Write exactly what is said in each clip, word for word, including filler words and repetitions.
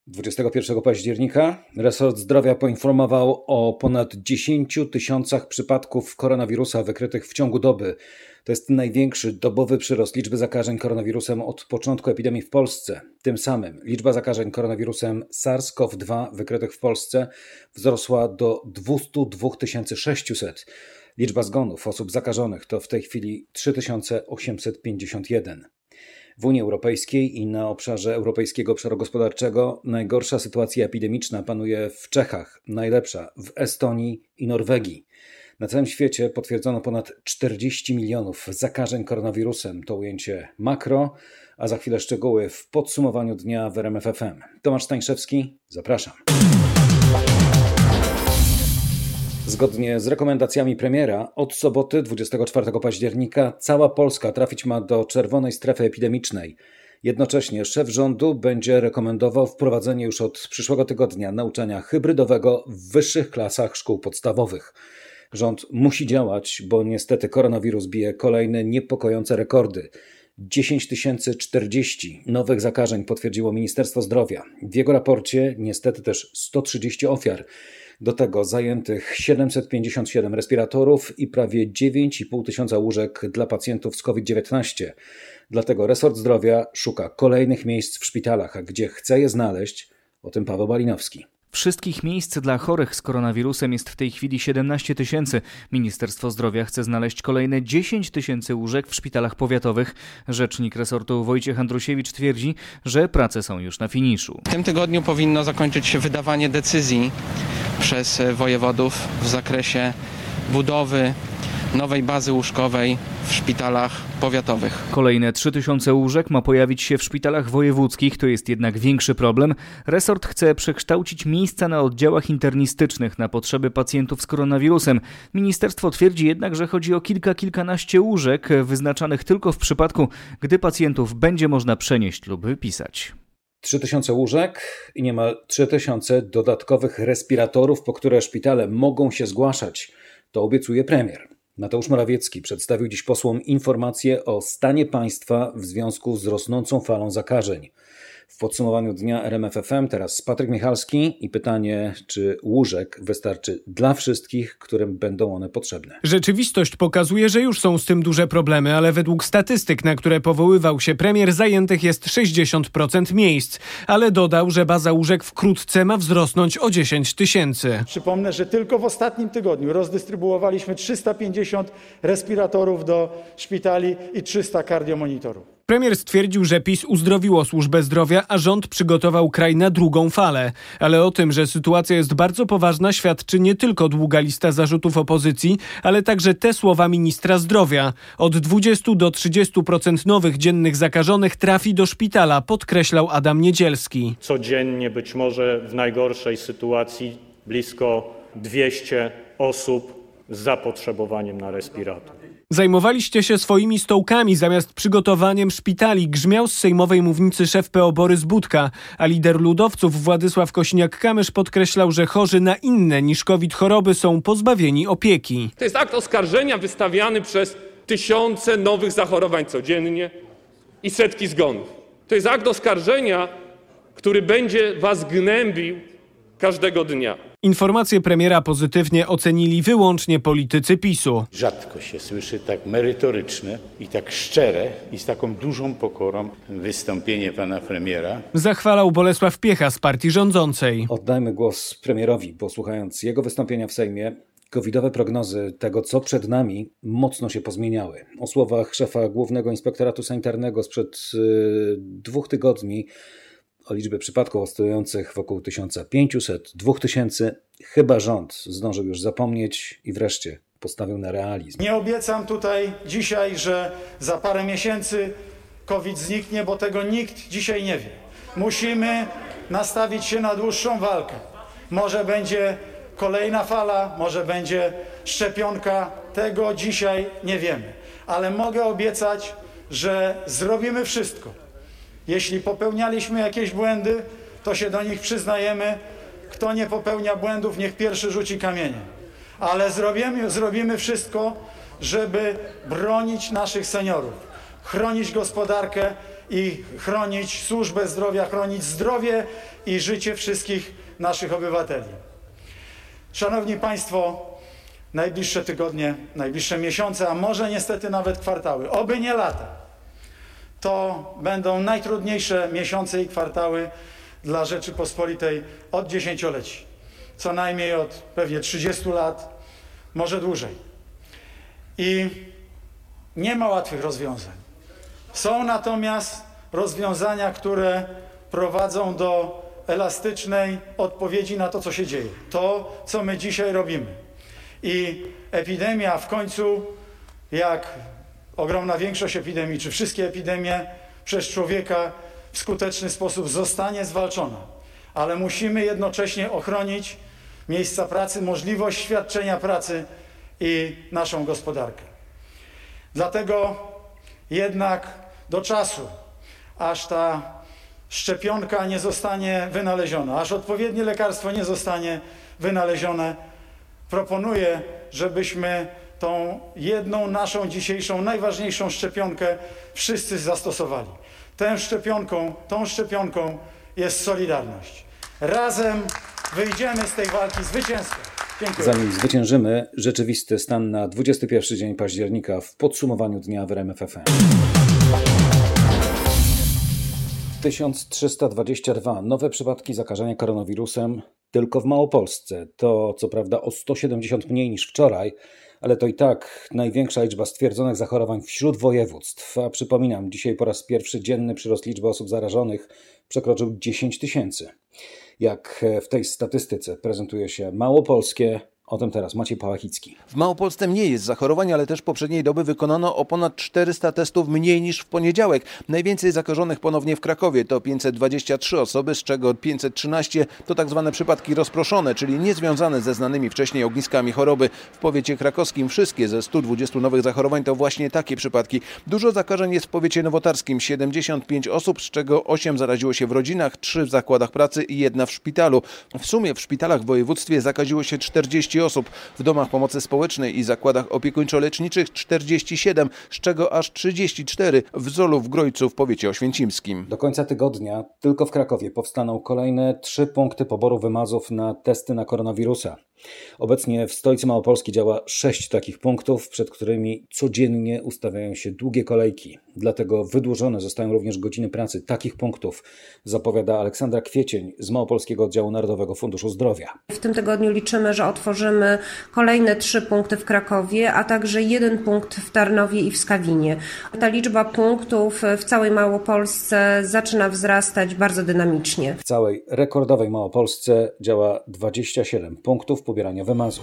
dwudziestego pierwszego października resort zdrowia poinformował o ponad dziesięciu tysiącach przypadków koronawirusa wykrytych w ciągu doby. To jest największy dobowy przyrost liczby zakażeń koronawirusem od początku epidemii w Polsce. Tym samym liczba zakażeń koronawirusem SARS-CoV dwa wykrytych w Polsce wzrosła do dwieście dwa tysiące sześćset. Liczba zgonów osób zakażonych to w tej chwili trzy tysiące osiemset pięćdziesiąt jeden. W Unii Europejskiej i na obszarze Europejskiego Obszaru Gospodarczego najgorsza sytuacja epidemiczna panuje w Czechach, najlepsza w Estonii i Norwegii. Na całym świecie potwierdzono ponad czterdzieści milionów zakażeń koronawirusem. To ujęcie makro, a za chwilę szczegóły w podsumowaniu dnia w R M F F M. Tomasz Stańszewski, zapraszam. Zgodnie z rekomendacjami premiera, od soboty dwudziestego czwartego października cała Polska trafić ma do czerwonej strefy epidemicznej. Jednocześnie szef rządu będzie rekomendował wprowadzenie już od przyszłego tygodnia nauczania hybrydowego w wyższych klasach szkół podstawowych. Rząd musi działać, bo niestety koronawirus bije kolejne niepokojące rekordy. dziesięć tysięcy czterdzieści nowych zakażeń potwierdziło Ministerstwo Zdrowia. W jego raporcie niestety też sto trzydzieści ofiar. Do tego zajętych siedemset pięćdziesiąt siedem respiratorów i prawie dziewięć i pół tysiąca łóżek dla pacjentów z COVID dziewiętnaście. Dlatego resort zdrowia szuka kolejnych miejsc w szpitalach, a gdzie chce je znaleźć, o tym Paweł Balinowski. Wszystkich miejsc dla chorych z koronawirusem jest w tej chwili siedemnaście tysięcy. Ministerstwo Zdrowia chce znaleźć kolejne dziesięć tysięcy łóżek w szpitalach powiatowych. Rzecznik resortu Wojciech Andrusiewicz twierdzi, że prace są już na finiszu. W tym tygodniu powinno zakończyć się wydawanie decyzji przez wojewodów w zakresie budowy nowej bazy łóżkowej w szpitalach powiatowych. Kolejne trzy tysiące łóżek ma pojawić się w szpitalach wojewódzkich, to jest jednak większy problem. Resort chce przekształcić miejsca na oddziałach internistycznych na potrzeby pacjentów z koronawirusem. Ministerstwo twierdzi jednak, że chodzi o kilka, kilkanaście łóżek wyznaczanych tylko w przypadku, gdy pacjentów będzie można przenieść lub wypisać. trzy tysiące łóżek i niemal trzy tysiące dodatkowych respiratorów, po które szpitale mogą się zgłaszać. To obiecuje premier. Mateusz Morawiecki przedstawił dziś posłom informację o stanie państwa w związku z rosnącą falą zakażeń. W podsumowaniu dnia R M F F M teraz Patryk Michalski i pytanie, czy łóżek wystarczy dla wszystkich, którym będą one potrzebne. Rzeczywistość pokazuje, że już są z tym duże problemy, ale według statystyk, na które powoływał się premier, zajętych jest sześćdziesiąt procent miejsc. Ale dodał, że baza łóżek wkrótce ma wzrosnąć o dziesięć tysięcy. Przypomnę, że tylko w ostatnim tygodniu rozdystrybuowaliśmy trzysta pięćdziesiąt respiratorów do szpitali i trzysta kardiomonitorów. Premier stwierdził, że PiS uzdrowiło służbę zdrowia, a rząd przygotował kraj na drugą falę. Ale o tym, że sytuacja jest bardzo poważna, świadczy nie tylko długa lista zarzutów opozycji, ale także te słowa ministra zdrowia. Od dwudziestu do trzydziestu procent nowych dziennych zakażonych trafi do szpitala, podkreślał Adam Niedzielski. Codziennie być może w najgorszej sytuacji blisko dwieście osób z zapotrzebowaniem na respirator. Zajmowaliście się swoimi stołkami zamiast przygotowaniem szpitali, grzmiał z sejmowej mównicy szef P O Borys Budka, a lider ludowców Władysław Kosiniak-Kamysz podkreślał, że chorzy na inne niż COVID choroby są pozbawieni opieki. To jest akt oskarżenia wystawiany przez tysiące nowych zachorowań codziennie i setki zgonów. To jest akt oskarżenia, który będzie was gnębił każdego dnia. Informację premiera pozytywnie ocenili wyłącznie politycy PiSu. Rzadko się słyszy tak merytoryczne i tak szczere i z taką dużą pokorą wystąpienie pana premiera. Zachwalał Bolesław Piecha z partii rządzącej. Oddajmy głos premierowi, bo słuchając jego wystąpienia w Sejmie, covidowe prognozy tego, co przed nami, mocno się pozmieniały. O słowach szefa Głównego Inspektoratu Sanitarnego sprzed yy, dwóch tygodni, o liczbie przypadków oscylujących wokół tysiąc pięćset, dwa tysiące, chyba rząd zdążył już zapomnieć i wreszcie postawił na realizm. Nie obiecam tutaj dzisiaj, że za parę miesięcy COVID zniknie, bo tego nikt dzisiaj nie wie. Musimy nastawić się na dłuższą walkę. Może będzie kolejna fala, może będzie szczepionka, tego dzisiaj nie wiemy. Ale mogę obiecać, że zrobimy wszystko. Jeśli popełnialiśmy jakieś błędy, to się do nich przyznajemy. Kto nie popełnia błędów, niech pierwszy rzuci kamieniem. Ale zrobimy, zrobimy wszystko, żeby bronić naszych seniorów, chronić gospodarkę i chronić służbę zdrowia, chronić zdrowie i życie wszystkich naszych obywateli. Szanowni Państwo, najbliższe tygodnie, najbliższe miesiące, a może niestety nawet kwartały, oby nie lata, to będą najtrudniejsze miesiące i kwartały dla Rzeczypospolitej od dziesięcioleci. Co najmniej od pewnie trzydziestu lat, może dłużej. I nie ma łatwych rozwiązań. Są natomiast rozwiązania, które prowadzą do elastycznej odpowiedzi na to, co się dzieje. To, co my dzisiaj robimy. I epidemia w końcu, jak ogromna większość epidemii, czy wszystkie epidemie przez człowieka w skuteczny sposób zostanie zwalczona. Ale musimy jednocześnie ochronić miejsca pracy, możliwość świadczenia pracy i naszą gospodarkę. Dlatego jednak do czasu, aż ta szczepionka nie zostanie wynaleziona, aż odpowiednie lekarstwo nie zostanie wynalezione, proponuję, żebyśmy tą jedną naszą dzisiejszą, najważniejszą szczepionkę wszyscy zastosowali. Tę szczepionką, tą szczepionką jest solidarność. Razem wyjdziemy z tej walki zwycięsko. Dziękuję. Zanim zwyciężymy, rzeczywisty stan na dwudziesty pierwszy dzień października w podsumowaniu dnia w R M F F M. tysiąc trzysta dwadzieścia dwa nowe przypadki zakażenia koronawirusem tylko w Małopolsce. To co prawda o sto siedemdziesiąt mniej niż wczoraj, ale to i tak największa liczba stwierdzonych zachorowań wśród województw. A przypominam, dzisiaj po raz pierwszy dzienny przyrost liczby osób zarażonych przekroczył dziesięć tysięcy. Jak w tej statystyce prezentuje się małopolskie, o tym teraz Maciej Pałachicki. W Małopolsce mniej jest zachorowań, ale też poprzedniej doby wykonano o ponad czterysta testów mniej niż w poniedziałek. Najwięcej zakażonych ponownie w Krakowie to pięćset dwadzieścia trzy osoby, z czego pięćset trzynaście to tak zwane przypadki rozproszone, czyli niezwiązane ze znanymi wcześniej ogniskami choroby. W powiecie krakowskim wszystkie ze stu dwudziestu nowych zachorowań to właśnie takie przypadki. Dużo zakażeń jest w powiecie nowotarskim, siedemdziesiąt pięć osób, z czego osiem zaraziło się w rodzinach, trzy w zakładach pracy i jedna w szpitalu. W sumie w szpitalach w województwie zakaziło się czterdzieści osób, w domach pomocy społecznej i zakładach opiekuńczo-leczniczych czterdzieści siedem, z czego aż trzydzieści cztery w Zolu w Grojcu w powiecie oświęcimskim. Do końca tygodnia tylko w Krakowie powstaną kolejne trzy punkty poboru wymazów na testy na koronawirusa. Obecnie w stolicy Małopolski działa sześć takich punktów, przed którymi codziennie ustawiają się długie kolejki. Dlatego wydłużone zostają również godziny pracy takich punktów, zapowiada Aleksandra Kwiecień z Małopolskiego Oddziału Narodowego Funduszu Zdrowia. W tym tygodniu liczymy, że otworzymy kolejne trzy punkty w Krakowie, a także jeden punkt w Tarnowie i w Skawinie. Ta liczba punktów w całej Małopolsce zaczyna wzrastać bardzo dynamicznie. W całej rekordowej Małopolsce działa dwadzieścia siedem punktów pobierania wymazów.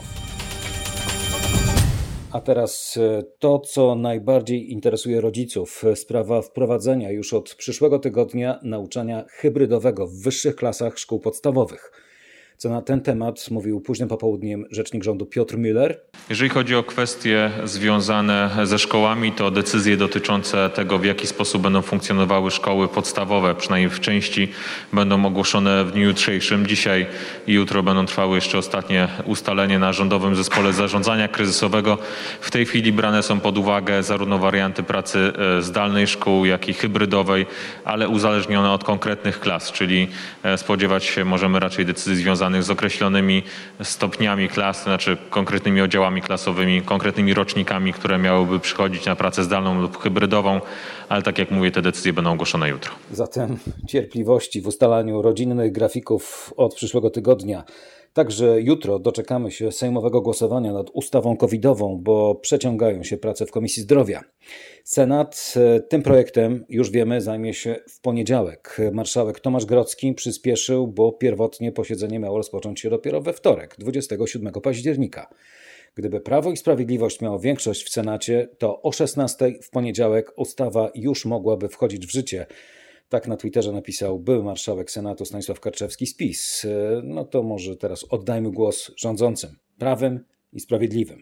A teraz to, co najbardziej interesuje rodziców. Sprawa wprowadzenia już od przyszłego tygodnia nauczania hybrydowego w wyższych klasach szkół podstawowych. Co na ten temat mówił późnym popołudniem rzecznik rządu Piotr Müller. Jeżeli chodzi o kwestie związane ze szkołami, to decyzje dotyczące tego, w jaki sposób będą funkcjonowały szkoły podstawowe, przynajmniej w części, będą ogłoszone w dniu jutrzejszym. Dzisiaj i jutro będą trwały jeszcze ostatnie ustalenia na Rządowym Zespole Zarządzania Kryzysowego. W tej chwili brane są pod uwagę zarówno warianty pracy zdalnej szkół, jak i hybrydowej, ale uzależnione od konkretnych klas, czyli spodziewać się możemy raczej decyzji związanych z określonymi stopniami klas, to znaczy konkretnymi oddziałami klasowymi, konkretnymi rocznikami, które miałyby przychodzić na pracę zdalną lub hybrydową, ale tak jak mówię, te decyzje będą ogłoszone jutro. Zatem cierpliwości w ustalaniu rodzinnych grafików od przyszłego tygodnia. Także jutro doczekamy się sejmowego głosowania nad ustawą covidową, bo przeciągają się prace w Komisji Zdrowia. Senat tym projektem, już wiemy, zajmie się w poniedziałek. Marszałek Tomasz Grodzki przyspieszył, bo pierwotnie posiedzenie miało rozpocząć się dopiero we wtorek, dwudziestego siódmego października. Gdyby Prawo i Sprawiedliwość miało większość w Senacie, to o szesnastej w poniedziałek ustawa już mogłaby wchodzić w życie. Tak na Twitterze napisał były marszałek Senatu Stanisław Karczewski z PiS. No to może teraz oddajmy głos rządzącym, prawym i sprawiedliwym.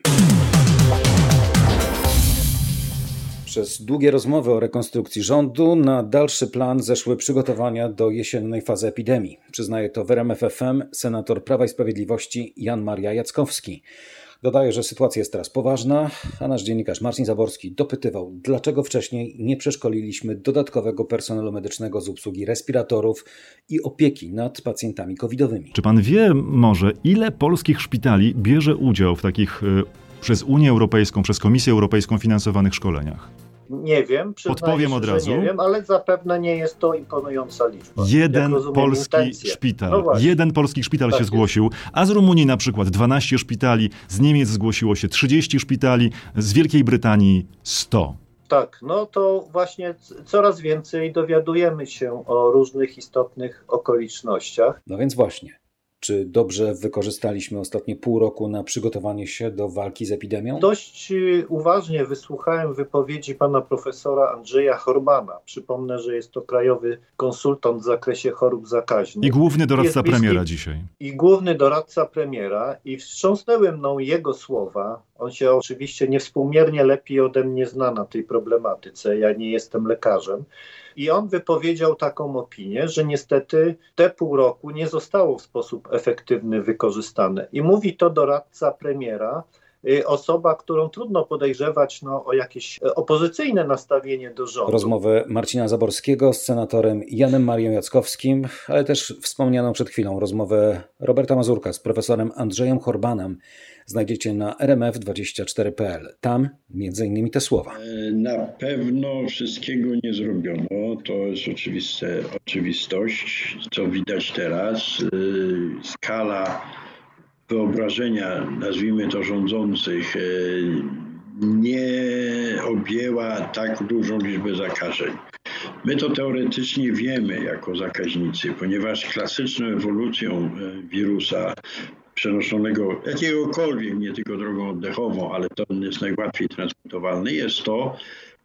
Przez długie rozmowy o rekonstrukcji rządu na dalszy plan zeszły przygotowania do jesiennej fazy epidemii. Przyznaje to w R M F F M senator Prawa i Sprawiedliwości Jan Maria Jackowski. Dodaje, że sytuacja jest teraz poważna, a nasz dziennikarz Marcin Zaborski dopytywał, dlaczego wcześniej nie przeszkoliliśmy dodatkowego personelu medycznego z obsługi respiratorów i opieki nad pacjentami covidowymi. Czy pan wie może, ile polskich szpitali bierze udział w takich y, przez Unię Europejską, przez Komisję Europejską finansowanych szkoleniach? Nie wiem, Podpowiem się, od razu. Nie wiem, ale zapewne nie jest to imponująca liczba. Jeden polski intencje. szpital, no jeden polski szpital tak się jest. zgłosił, a z Rumunii na przykład dwanaście szpitali, z Niemiec zgłosiło się trzydzieści szpitali, z Wielkiej Brytanii sto. Tak, no to właśnie coraz więcej dowiadujemy się o różnych istotnych okolicznościach. No więc właśnie. Czy dobrze wykorzystaliśmy ostatnie pół roku na przygotowanie się do walki z epidemią? Dość uważnie wysłuchałem wypowiedzi pana profesora Andrzeja Horbana. Przypomnę, że jest to krajowy konsultant w zakresie chorób zakaźnych. I główny doradca bliski, premiera dzisiaj. I główny doradca premiera. I wstrząsnęły mną jego słowa. On się oczywiście niewspółmiernie lepiej ode mnie zna na tej problematyce. Ja nie jestem lekarzem. I on wypowiedział taką opinię, że niestety te pół roku nie zostało w sposób efektywny wykorzystane. I mówi to doradca premiera, osoba, którą trudno podejrzewać no, o jakieś opozycyjne nastawienie do rządu. Rozmowę Marcina Zaborskiego z senatorem Janem Marią Jackowskim, ale też wspomnianą przed chwilą rozmowę Roberta Mazurka z profesorem Andrzejem Horbanem znajdziecie na r m f dwadzieścia cztery kropka p l. Tam między innymi te słowa. Na pewno wszystkiego nie zrobiono. To jest oczywiste, oczywistość, co widać teraz. Skala wyobrażenia, nazwijmy to rządzących, nie objęła tak dużą liczbę zakażeń. My to teoretycznie wiemy jako zakaźnicy, ponieważ klasyczną ewolucją wirusa przenoszonego jakiegokolwiek, nie tylko drogą oddechową, ale to jest najłatwiej transmitowalny, jest to,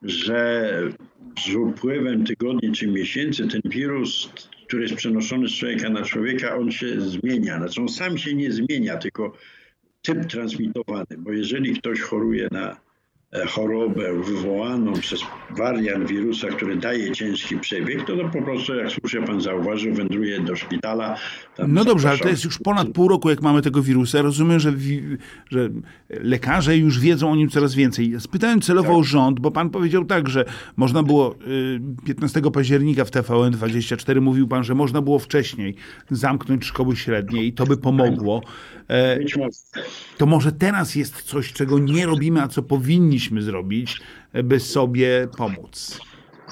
że z upływem tygodni czy miesięcy ten wirus, który jest przenoszony z człowieka na człowieka, on się zmienia. Znaczy on sam się nie zmienia, tylko typ transmitowany, bo jeżeli ktoś choruje na chorobę wywołaną przez wariant wirusa, który daje ciężki przebieg, to, to po prostu, jak słusznie pan zauważył, wędruje do szpitala. No dobrze, ale to jest już ponad pół roku, jak mamy tego wirusa. Rozumiem, że, wi- że lekarze już wiedzą o nim coraz więcej. Spytałem celowo o rząd, bo pan powiedział tak, że można było piętnastego października w T V N dwadzieścia cztery mówił pan, że można było wcześniej zamknąć szkoły średnie i to by pomogło. Być może. To może teraz jest coś, czego nie robimy, a co powinniśmy zrobić, by sobie pomóc.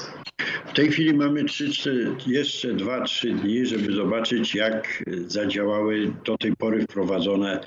W tej chwili mamy trzy, cztery, jeszcze dwa trzy dni, żeby zobaczyć, jak zadziałały do tej pory wprowadzone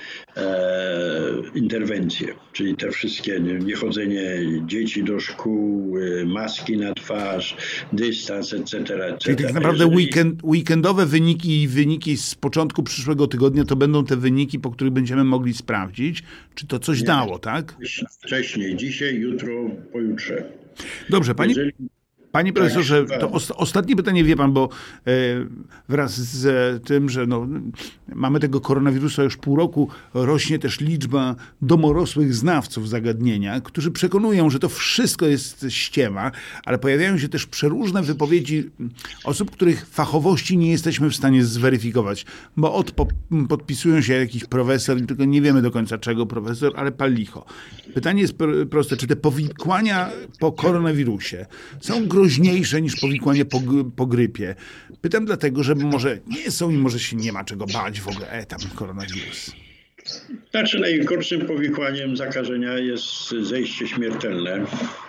e, interwencje. Czyli te wszystkie niechodzenie dzieci do szkół, maski na twarz, dystans, et cetera, et cetera. Czyli tak naprawdę Jeżeli... weekend, weekendowe wyniki i wyniki z początku przyszłego tygodnia to będą te wyniki, po których będziemy mogli sprawdzić, czy to coś Nie, dało, tak? Wcześniej, dzisiaj, jutro, pojutrze. Dobrze, pani... Jeżeli... Panie profesorze, tak, to os- ostatnie pytanie, wie pan, bo e, wraz z tym, że no, mamy tego koronawirusa już pół roku, rośnie też liczba domorosłych znawców zagadnienia, którzy przekonują, że to wszystko jest ściema, ale pojawiają się też przeróżne wypowiedzi osób, których fachowości nie jesteśmy w stanie zweryfikować, bo od po- podpisują się jakiś profesor, tylko nie wiemy do końca czego profesor, ale pal licho. Pytanie jest pr- proste, czy te powikłania po koronawirusie są groźniejsze niż powikłanie po, po grypie? Pytam dlatego, że może nie są i może się nie ma czego bać w ogóle. E, tam koronawirus. Znaczy najgorszym powikłaniem zakażenia jest zejście śmiertelne.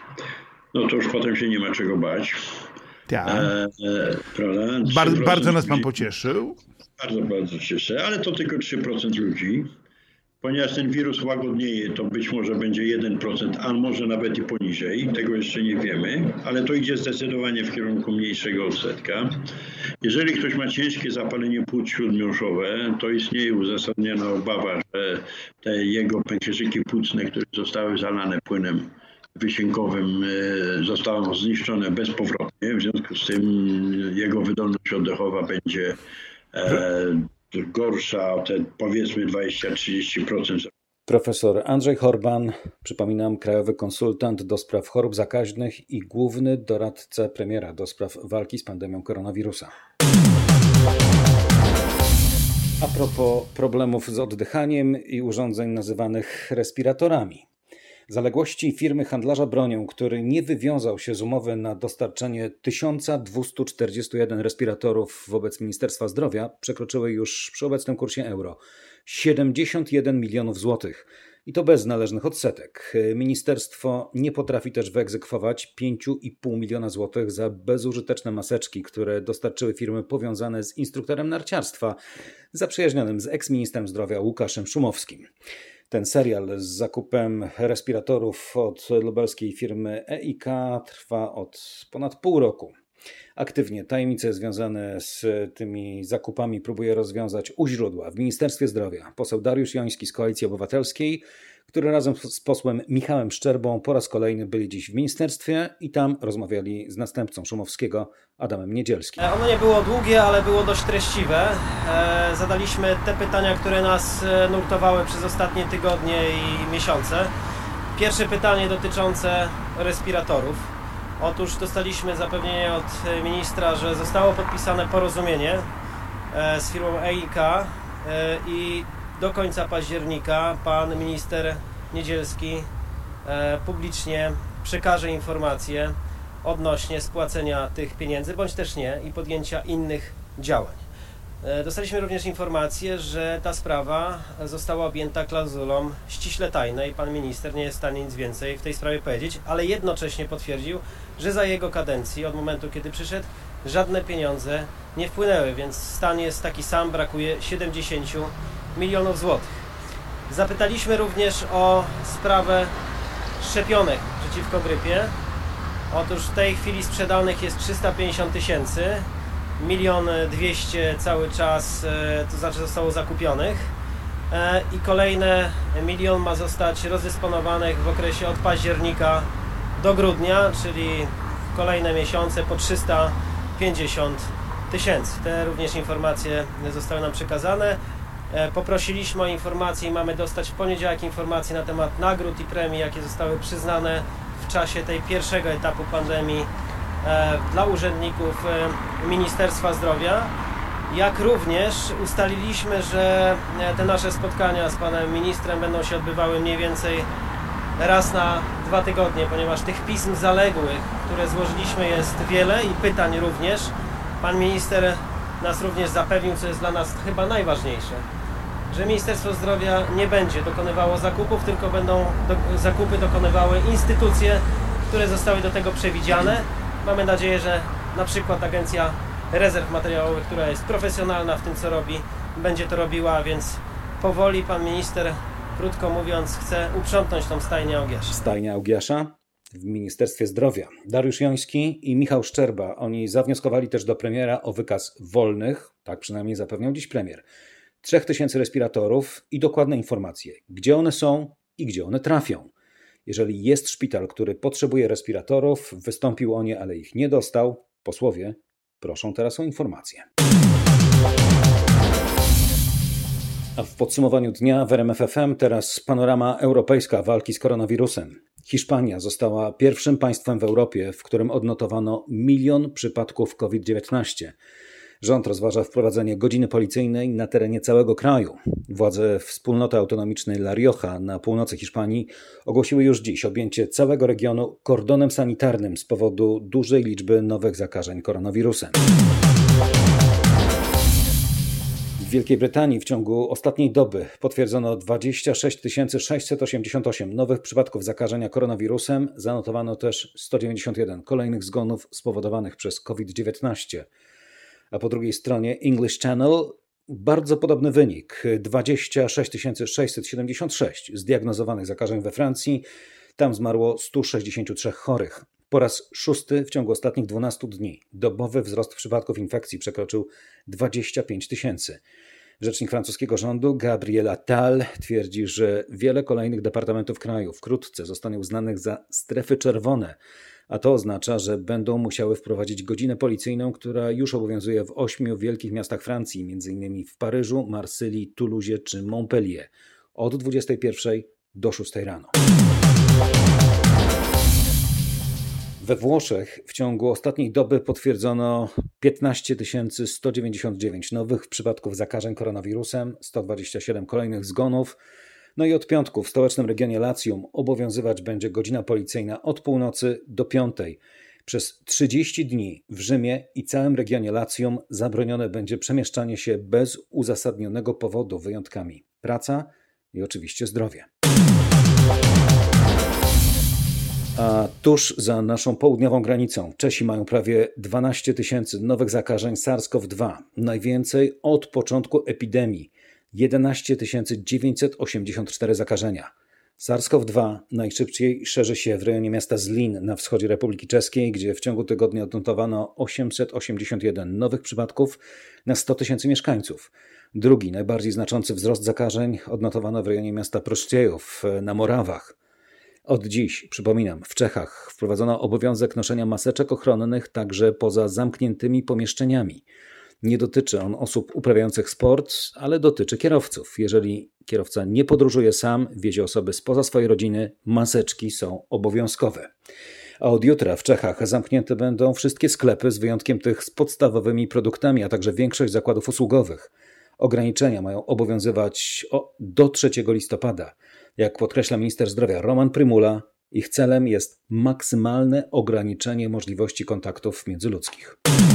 No to już potem się nie ma czego bać. Tak. E, e, prawda? Bardzo, bardzo nas pan pocieszył. Bardzo, bardzo cieszę, ale to tylko trzy procent ludzi. Ponieważ ten wirus łagodnieje, to być może będzie jeden procent, a może nawet i poniżej. Tego jeszcze nie wiemy, ale to idzie zdecydowanie w kierunku mniejszego odsetka. Jeżeli ktoś ma ciężkie zapalenie płuc śródmiąższowe, to istnieje uzasadniona obawa, że te jego pęcherzyki płucne, które zostały zalane płynem wysięgowym, zostaną zniszczone bezpowrotnie. W związku z tym jego wydolność oddechowa będzie e, gorsza o te powiedzmy dwadzieścia do trzydziestu procent. Profesor Andrzej Horban, przypominam, krajowy konsultant do spraw chorób zakaźnych i główny doradca premiera do spraw walki z pandemią koronawirusa. A propos problemów z oddychaniem i urządzeń nazywanych respiratorami. Zaległości firmy handlarza bronią, który nie wywiązał się z umowy na dostarczenie tysiąc dwieście czterdzieści jeden respiratorów wobec Ministerstwa Zdrowia, przekroczyły już przy obecnym kursie euro siedemdziesiąt jeden milionów złotych. I to bez należnych odsetek. Ministerstwo nie potrafi też wyegzekwować pięć i pół miliona złotych za bezużyteczne maseczki, które dostarczyły firmy powiązane z instruktorem narciarstwa, zaprzyjaźnionym z eks-ministrem zdrowia Łukaszem Szumowskim. Ten serial z zakupem respiratorów od lubelskiej firmy E I K trwa od ponad pół roku. Aktywnie tajemnice związane z tymi zakupami próbuje rozwiązać u źródła w Ministerstwie Zdrowia poseł Dariusz Joński z Koalicji Obywatelskiej, który razem z posłem Michałem Szczerbą po raz kolejny byli dziś w ministerstwie i tam rozmawiali z następcą Szumowskiego, Adamem Niedzielskim. Ono nie było długie, ale było dość treściwe. Zadaliśmy te pytania, które nas nurtowały przez ostatnie tygodnie i miesiące. Pierwsze pytanie dotyczące respiratorów. Otóż dostaliśmy zapewnienie od ministra, że zostało podpisane porozumienie z firmą E I K i do końca października pan minister Niedzielski publicznie przekaże informacje odnośnie spłacenia tych pieniędzy, bądź też nie, i podjęcia innych działań. Dostaliśmy również informację, że ta sprawa została objęta klauzulą ściśle tajnej. Pan minister nie jest w stanie nic więcej w tej sprawie powiedzieć, ale jednocześnie potwierdził, że za jego kadencji, od momentu kiedy przyszedł, żadne pieniądze nie wpłynęły, więc stan jest taki sam, brakuje siedemdziesiąt milionów złotych. Zapytaliśmy również o sprawę szczepionek przeciwko grypie. Otóż w tej chwili sprzedanych jest trzysta pięćdziesiąt tysięcy. milion dwieście cały czas, to znaczy zostało zakupionych i kolejne milion ma zostać rozdysponowanych w okresie od października do grudnia, czyli w kolejne miesiące po trzysta pięćdziesiąt tysięcy. Te również informacje zostały nam przekazane. Poprosiliśmy o informacje i mamy dostać w poniedziałek informacje na temat nagród i premii, jakie zostały przyznane w czasie tej pierwszego etapu pandemii dla urzędników Ministerstwa Zdrowia. Jak również ustaliliśmy, że te nasze spotkania z panem ministrem będą się odbywały mniej więcej raz na dwa tygodnie, ponieważ tych pism zaległych, które złożyliśmy, jest wiele i pytań również. Pan minister nas również zapewnił, co jest dla nas chyba najważniejsze, że Ministerstwo Zdrowia nie będzie dokonywało zakupów, tylko będą do, zakupy dokonywały instytucje, które zostały do tego przewidziane. Mamy nadzieję, że na przykład Agencja Rezerw Materiałowych, która jest profesjonalna w tym, co robi, będzie to robiła, więc powoli pan minister, krótko mówiąc, chce uprzątnąć tą stajnię Augiasza. Stajnia Augiasza w Ministerstwie Zdrowia. Dariusz Joński i Michał Szczerba, oni zawnioskowali też do premiera o wykaz wolnych, tak przynajmniej zapewniał dziś premier, trzech tysięcy respiratorów i dokładne informacje, gdzie one są i gdzie one trafią. Jeżeli jest szpital, który potrzebuje respiratorów, wystąpił o nie, ale ich nie dostał, posłowie proszą teraz o informacje. A w podsumowaniu dnia w R M F F M teraz panorama europejska walki z koronawirusem. Hiszpania została pierwszym państwem w Europie, w którym odnotowano milion przypadków COVID dziewiętnaście. Rząd rozważa wprowadzenie godziny policyjnej na terenie całego kraju. Władze wspólnoty autonomicznej La Rioja na północy Hiszpanii ogłosiły już dziś objęcie całego regionu kordonem sanitarnym z powodu dużej liczby nowych zakażeń koronawirusem. W Wielkiej Brytanii w ciągu ostatniej doby potwierdzono dwadzieścia sześć tysięcy sześćset osiemdziesiąt osiem nowych przypadków zakażenia koronawirusem. Zanotowano też sto dziewięćdziesiąt jeden kolejnych zgonów spowodowanych przez COVID dziewiętnaście. A po drugiej stronie English Channel bardzo podobny wynik. dwadzieścia sześć tysięcy sześćset siedemdziesiąt sześć zdiagnozowanych zakażeń we Francji. Tam zmarło sto sześćdziesiąt trzy chorych. Po raz szósty w ciągu ostatnich dwunastu dni dobowy wzrost przypadków infekcji przekroczył dwadzieścia pięć tysięcy. Rzecznik francuskiego rządu Gabriel Attal twierdzi, że wiele kolejnych departamentów kraju wkrótce zostanie uznanych za strefy czerwone, a to oznacza, że będą musiały wprowadzić godzinę policyjną, która już obowiązuje w ośmiu wielkich miastach Francji, między innymi w Paryżu, Marsylii, Toulousie czy Montpellier, od dwudziestej pierwszej do szóstej rano. W We Włoszech w ciągu ostatniej doby potwierdzono piętnaście tysięcy sto dziewięćdziesiąt dziewięć nowych przypadków zakażeń koronawirusem, sto dwadzieścia siedem kolejnych zgonów. No i od piątku w stołecznym regionie Latium obowiązywać będzie godzina policyjna od północy do piątej. Przez trzydzieści dni w Rzymie i całym regionie Latium zabronione będzie przemieszczanie się bez uzasadnionego powodu, wyjątkami praca i oczywiście zdrowie. A tuż za naszą południową granicą Czesi mają prawie dwanaście tysięcy nowych zakażeń SARS-CoV dwa, najwięcej od początku epidemii, jedenaście tysięcy dziewięćset osiemdziesiąt cztery zakażenia. SARS-CoV dwa najszybciej szerzy się w rejonie miasta Zlín na wschodzie Republiki Czeskiej, gdzie w ciągu tygodnia odnotowano osiemset osiemdziesiąt jeden nowych przypadków na sto tysięcy mieszkańców. Drugi, najbardziej znaczący wzrost zakażeń odnotowano w rejonie miasta Proszczejów na Morawach. Od dziś, przypominam, w Czechach wprowadzono obowiązek noszenia maseczek ochronnych także poza zamkniętymi pomieszczeniami. Nie dotyczy on osób uprawiających sport, ale dotyczy kierowców. Jeżeli kierowca nie podróżuje sam, wiezie osoby spoza swojej rodziny, maseczki są obowiązkowe. A od jutra w Czechach zamknięte będą wszystkie sklepy z wyjątkiem tych z podstawowymi produktami, a także większość zakładów usługowych. Ograniczenia mają obowiązywać do trzeciego listopada. Jak podkreśla minister zdrowia Roman Prymula, ich celem jest maksymalne ograniczenie możliwości kontaktów międzyludzkich.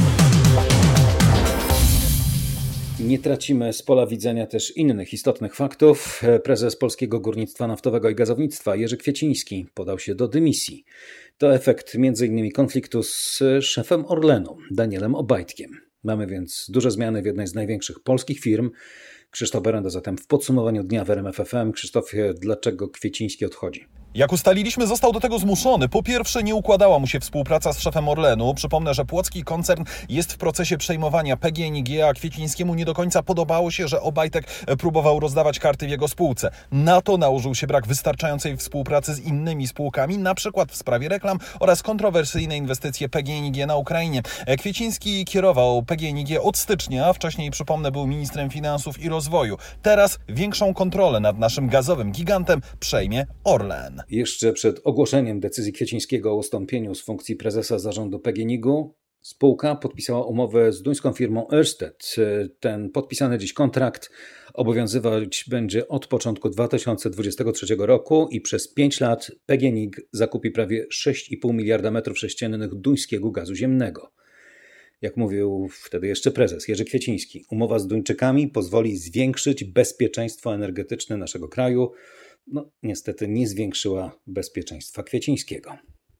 Nie tracimy z pola widzenia też innych istotnych faktów. Prezes Polskiego Górnictwa Naftowego i Gazownictwa Jerzy Kwieciński podał się do dymisji. To efekt między innymi konfliktu z szefem Orlenu, Danielem Obajtkiem. Mamy więc duże zmiany w jednej z największych polskich firm. Krzysztof Berenda zatem w podsumowaniu dnia w R M F F M. Krzysztofie, dlaczego Kwieciński odchodzi? Jak ustaliliśmy, został do tego zmuszony. Po pierwsze, nie układała mu się współpraca z szefem Orlenu. Przypomnę, że płocki koncern jest w procesie przejmowania P G N I G, a Kwiecińskiemu nie do końca podobało się, że Obajtek próbował rozdawać karty w jego spółce. Na to nałożył się brak wystarczającej współpracy z innymi spółkami, na przykład w sprawie reklam oraz kontrowersyjne inwestycje P G N I G na Ukrainie. Kwieciński kierował P G N I G od stycznia, wcześniej, przypomnę, był ministrem finansów i rozwoju. Teraz większą kontrolę nad naszym gazowym gigantem przejmie Orlen. Jeszcze przed ogłoszeniem decyzji Kwiecińskiego o ustąpieniu z funkcji prezesa zarządu P G N I G-u spółka podpisała umowę z duńską firmą Ørsted. Ten podpisany dziś kontrakt obowiązywać będzie od początku dwa tysiące dwudziestego trzeciego roku i przez pięć lat P G N I G zakupi prawie sześć i pół miliarda metrów sześciennych duńskiego gazu ziemnego. Jak mówił wtedy jeszcze prezes Jerzy Kwieciński, umowa z Duńczykami pozwoli zwiększyć bezpieczeństwo energetyczne naszego kraju. No, niestety nie zwiększyła bezpieczeństwa Kwiecińskiego.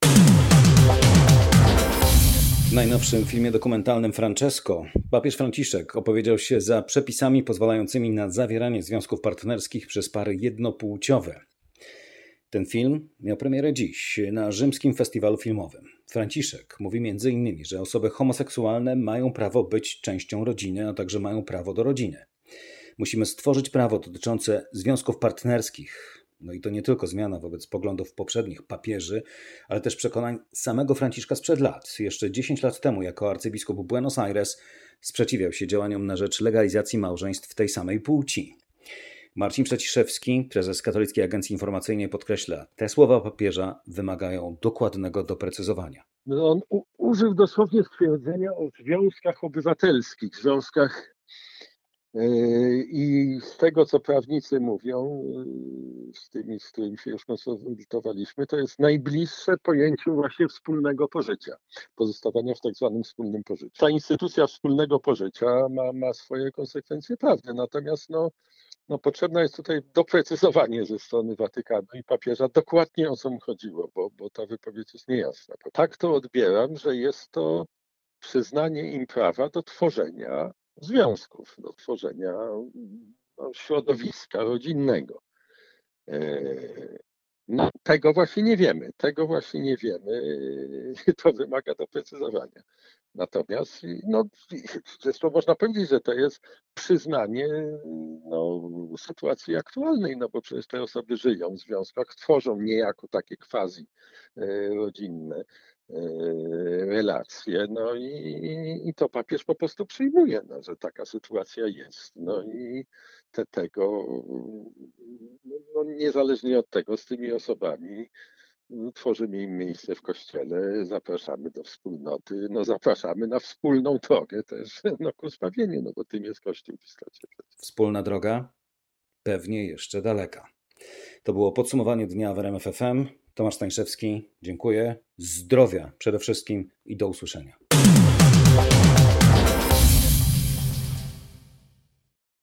W najnowszym filmie dokumentalnym Francesco papież Franciszek opowiedział się za przepisami pozwalającymi na zawieranie związków partnerskich przez pary jednopłciowe. Ten film miał premierę dziś na Rzymskim Festiwalu Filmowym. Franciszek mówi między innymi, że osoby homoseksualne mają prawo być częścią rodziny, a także mają prawo do rodziny. Musimy stworzyć prawo dotyczące związków partnerskich. No i to nie tylko zmiana wobec poglądów poprzednich papieży, ale też przekonań samego Franciszka sprzed lat. Jeszcze dziesięć lat temu jako arcybiskup Buenos Aires sprzeciwiał się działaniom na rzecz legalizacji małżeństw tej samej płci. Marcin Przeciszewski, prezes Katolickiej Agencji Informacyjnej, podkreśla, te słowa papieża wymagają dokładnego doprecyzowania. No on u- użył dosłownie stwierdzenia o związkach obywatelskich, związkach i z tego, co prawnicy mówią, z tymi, z którymi się już konsultowaliśmy, to jest najbliższe pojęciu właśnie wspólnego pożycia, pozostawania w tak zwanym wspólnym pożyciu. Ta instytucja wspólnego pożycia ma, ma swoje konsekwencje prawne, natomiast no, no, potrzebne jest tutaj doprecyzowanie ze strony Watykanu i papieża dokładnie o co mu chodziło, bo, bo ta wypowiedź jest niejasna. Tak to odbieram, że jest to przyznanie im prawa do tworzenia związków, do tworzenia no, środowiska rodzinnego. No, tego właśnie nie wiemy, tego właśnie nie wiemy, to wymaga doprecyzowania. Natomiast no, zresztą można powiedzieć, że to jest przyznanie no, sytuacji aktualnej, no bo przecież te osoby żyją w związkach, tworzą niejako takie quasi rodzinne relacje, no i, i to papież po prostu przyjmuje, no, że taka sytuacja jest. No i te, tego, no, niezależnie od tego, z tymi osobami tworzymy im miejsce w kościele, zapraszamy do wspólnoty, no zapraszamy na wspólną drogę też, no ku zbawieniu, no bo tym jest Kościół w istocie. Wspólna droga pewnie jeszcze daleka. To było podsumowanie dnia w R M F F M. Tomasz Stańszewski, dziękuję. Zdrowia przede wszystkim i do usłyszenia.